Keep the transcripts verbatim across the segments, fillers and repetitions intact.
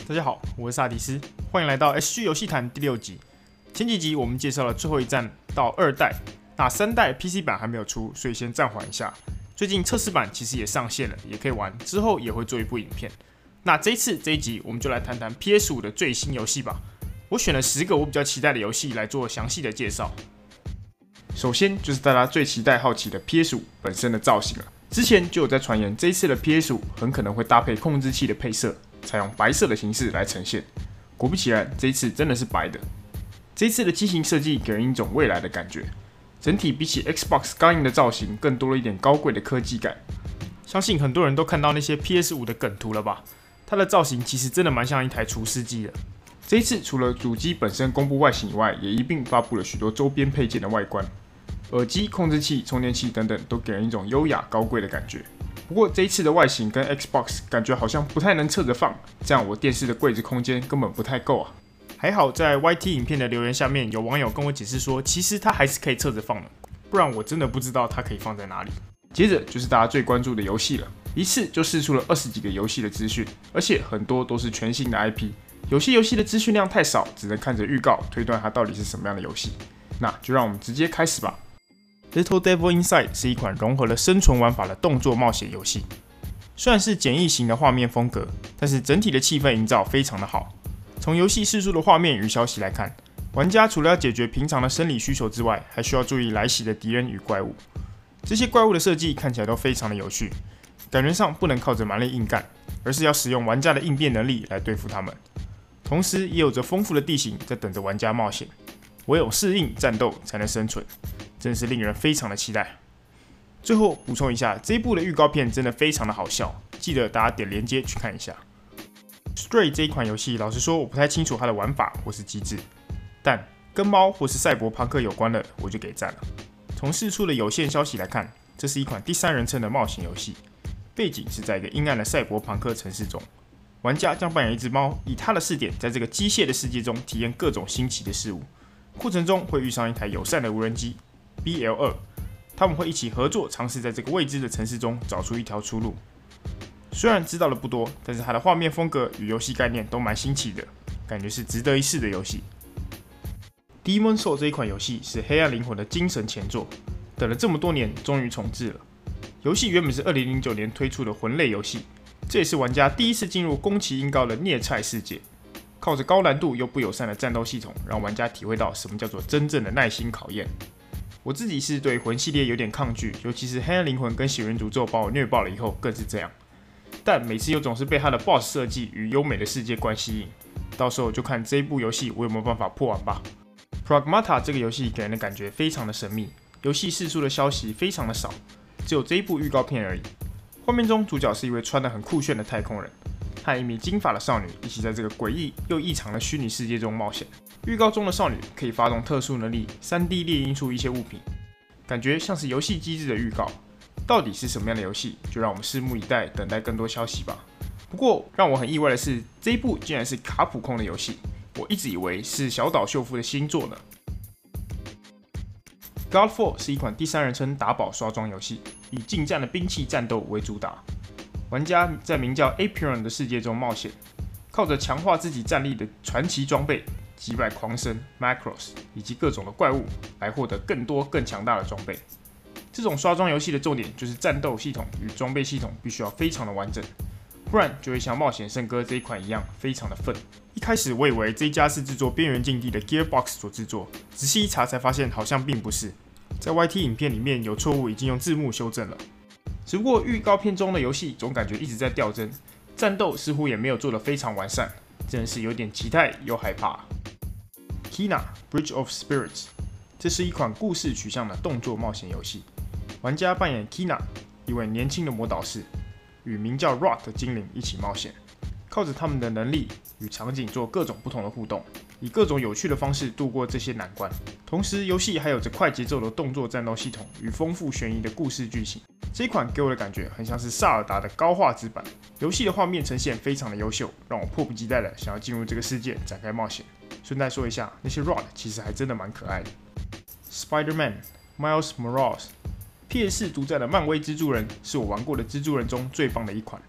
大家好，我是萨迪斯，欢迎来到 S G 游戏谈第六集。前几集我们介绍了最后一站到二代，那三代 P C 版还没有出，所以先暂缓一下。最近测试版其实也上线了，也可以玩，之后也会做一部影片。那这一次这一集我们就来谈谈 P S 五 的最新游戏吧。我选了十个我比较期待的游戏来做详细的介绍。首先就是大家最期待好奇的 P S 五 本身的造型了。之前就有在传言，这一次的 P S 五 很可能会搭配控制器的配色，采用白色的形式来呈现。果不其然，这一次真的是白的。这一次的机型设计给人一种未来的感觉，整体比起 Xbox 刚硬的造型，更多了一点高贵的科技感。相信很多人都看到那些 P S 五 的梗图了吧？它的造型其实真的蛮像一台厨师机的。这一次除了主机本身公布外形以外，也一并发布了许多周边配件的外观。耳机、控制器、充电器等等，都给人一种优雅高贵的感觉。不过这一次的外形跟 Xbox 感觉好像不太能侧着放，这样我电视的柜子空间根本不太够啊。还好在 Y T 影片的留言下面，有网友跟我解释说，其实它还是可以侧着放的，不然我真的不知道它可以放在哪里。接着就是大家最关注的游戏了，一次就释出了二十几个游戏的资讯，而且很多都是全新的 I P。有些游戏的资讯量太少，只能看着预告推断它到底是什么样的游戏。那就让我们直接开始吧。Little Devil Inside 是一款融合了生存玩法的动作冒险游戏。虽然是简易型的画面风格，但是整体的气氛营造非常的好。从游戏释出的画面与消息来看，玩家除了要解决平常的生理需求之外，还需要注意来袭的敌人与怪物。这些怪物的设计看起来都非常的有趣，感觉上不能靠着蛮力硬干，而是要使用玩家的应变能力来对付他们。同时也有着丰富的地形在等着玩家冒险，唯有适应战斗才能生存。真是令人非常的期待。最后补充一下，这一部的预告片真的非常的好笑，记得大家点连结去看一下。Stray 这一款游戏，老实说我不太清楚它的玩法或是机制，但跟猫或是赛博朋克有关的，我就给赞了。从释出的有限消息来看，这是一款第三人称的冒险游戏，背景是在一个阴暗的赛博朋克城市中，玩家将扮演一只猫，以它的视点，在这个机械的世界中体验各种新奇的事物。过程中会遇上一台友善的无人机。B L 二， 他们会一起合作，尝试在这个未知的城市中找出一条出路。虽然知道的不多，但是它的画面风格与游戏概念都蛮新奇的，感觉是值得一试的游戏。Demon's Souls 这一款游戏是黑暗灵魂的精神前作，等了这么多年，终于重置了。游戏原本是二零零九年推出的魂类游戏，这也是玩家第一次进入宫崎英高的孽菜世界。靠着高难度又不友善的战斗系统，让玩家体会到什么叫做真正的耐心考验。我自己是对魂系列有点抗拒，尤其是黑暗灵魂跟血源诅咒把我虐爆了以后更是这样。但每次又总是被它的 B O S S 设计与优美的世界观吸引，到时候就看这一部游戏我有没有办法破完吧。Pragmata 这个游戏给人的感觉非常的神秘，游戏释出的消息非常的少，只有这一部预告片而已。画面中主角是一位穿得很酷炫的太空人，和一名金发的少女一起在这个诡异又异常的虚拟世界中冒险。预告中的少女可以发动特殊能力 三 D 列印出一些物品，感觉像是游戏机制的预告。到底是什么样的游戏，就让我们拭目以待，等待更多消息吧。不过让我很意外的是，这一部竟然是卡普空的游戏，我一直以为是小岛秀夫的新作呢。Godfall 是一款第三人称打宝刷装游戏，以近战的兵器战斗为主打。玩家在名叫 Apiron 的世界中冒险，靠着强化自己战力的传奇装备，击败狂神 Macross 以及各种的怪物，来获得更多更强大的装备。这种刷装游戏的重点就是战斗系统与装备系统必须要非常的完整，不然就会像冒险圣歌这一款一样非常的愤。一开始我以为这一家是制作边缘竞地的 Gearbox 所制作，仔细一查才发现好像并不是。在 Y T 影片里面有错误已经用字幕修正了。只不过预告片中的游戏总感觉一直在掉帧，战斗似乎也没有做得非常完善，真的是有点期待又害怕。Kena Bridge of Spirits， 这是一款故事取向的动作冒险游戏，玩家扮演 Kena， 一位年轻的魔导士，与名叫 Rot 的精灵一起冒险，靠着他们的能力与场景做各种不同的互动，以各种有趣的方式度过这些难关。同时，游戏还有着快节奏的动作战斗系统与丰富悬疑的故事剧情。这一款给我的感觉很像是萨尔达的高画质版，游戏的画面呈现非常的优秀，让我迫不及待的想要进入这个世界展开冒险。顺带说一下，那些 Rod 其实还真的蛮可爱的。Spider-Man Miles Morales P S 四独占的漫威蜘蛛人是我玩过的蜘蛛人中最棒的一款。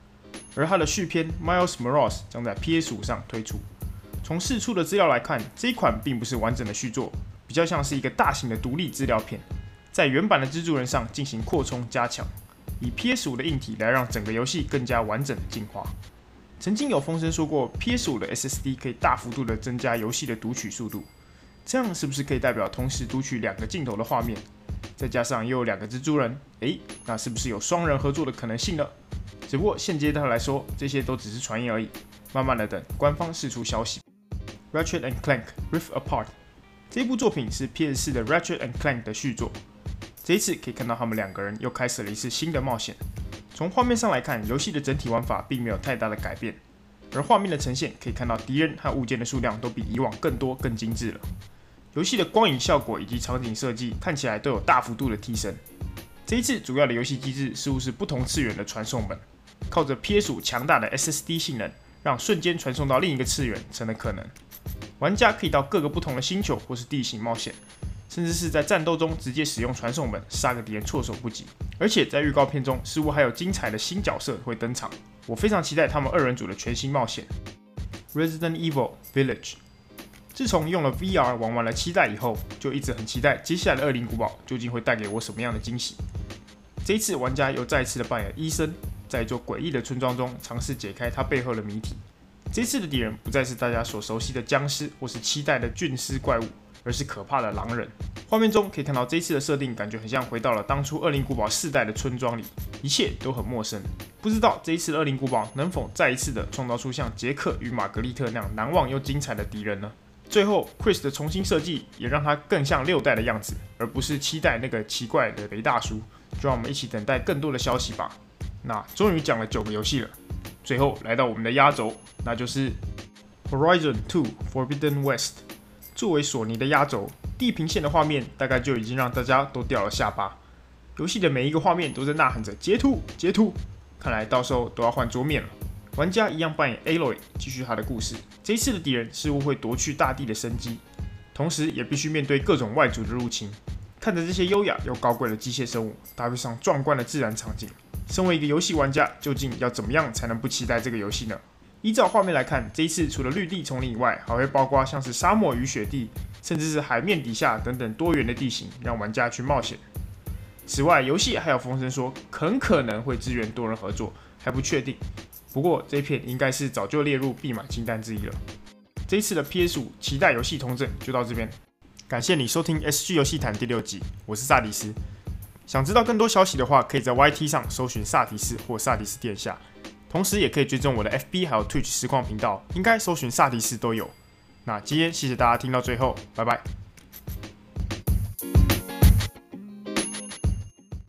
而它的续篇 Miles Morales 将在 P S 五 上推出。从释出的资料来看，这一款并不是完整的续作，比较像是一个大型的独立资料片，在原版的蜘蛛人上进行扩充加强，以 P S 五 的硬体来让整个游戏更加完整的进化。曾经有风声说过 ，P S 五 的 S S D 可以大幅度的增加游戏的读取速度，这样是不是可以代表同时读取两个镜头的画面？再加上又有两个蜘蛛人，诶，那是不是有双人合作的可能性呢？只不过现阶段来说，这些都只是传言而已，慢慢的等官方释出消息。Ratchet and Clank Rift Apart 这部作品是 P S 四 的 Ratchet and Clank 的续作，这一次可以看到他们两个人又开始了一次新的冒险。从画面上来看，游戏的整体玩法并没有太大的改变，而画面的呈现可以看到敌人和物件的数量都比以往更多、更精致了。游戏的光影效果以及场景设计看起来都有大幅度的提升。这一次主要的游戏机制似乎是不同次元的传送门，靠着 P S 五 强大的 S S D 性能，让瞬间传送到另一个次元成了可能。玩家可以到各个不同的星球或是地形冒险，甚至是在战斗中直接使用传送门杀个敌人措手不及。而且在预告片中，似乎还有精彩的新角色会登场，我非常期待他们二人组的全新冒险。Resident Evil Village 自从用了 V R 玩完了七代以后，就一直很期待接下来的恶灵古堡究竟会带给我什么样的惊喜。这一次，玩家又再次的扮演医生，在一座诡异的村庄中尝试解开它背后的谜题。这次的敌人不再是大家所熟悉的僵尸或是期待的菌丝怪物，而是可怕的狼人。画面中可以看到这一次的设定，感觉很像回到了当初恶灵古堡四代的村庄里，一切都很陌生。不知道这一次的恶灵古堡能否再一次的创造出像杰克与玛格丽特那样难忘又精彩的敌人呢？最后 ，Chris 的重新设计也让他更像六代的样子，而不是七代那个奇怪的雷大叔。就让我们一起等待更多的消息吧。那终于讲了九个游戏了，最后来到我们的压轴，那就是 Horizon 二 Forbidden West。作为索尼的压轴，地平线的画面大概就已经让大家都掉了下巴。游戏的每一个画面都在呐喊着截图截图，看来到时候都要换桌面了。玩家一样扮演 Aloy， 继续他的故事。这一次的敌人似乎会夺去大地的生机，同时也必须面对各种外族的入侵。看着这些优雅又高贵的机械生物，搭配上壮观的自然场景，身为一个游戏玩家，究竟要怎么样才能不期待这个游戏呢？依照画面来看，这一次除了绿地丛林以外，还会包括像是沙漠与雪地，甚至是海面底下等等多元的地形，让玩家去冒险。此外，游戏还有风声说很可能会支援多人合作，还不确定。不过这一片应该是早就列入必买清单之一了。这一次的 P S 五 期待游戏通证就到这边。感谢你收听 S G 游戏谈第六集，我是萨迪斯。想知道更多消息的话，可以在 Y T 上搜寻萨迪斯或萨迪斯殿下，同时也可以追踪我的 F B 还有 Twitch 实况频道，应该搜寻萨迪斯都有。那今天谢谢大家听到最后，拜拜。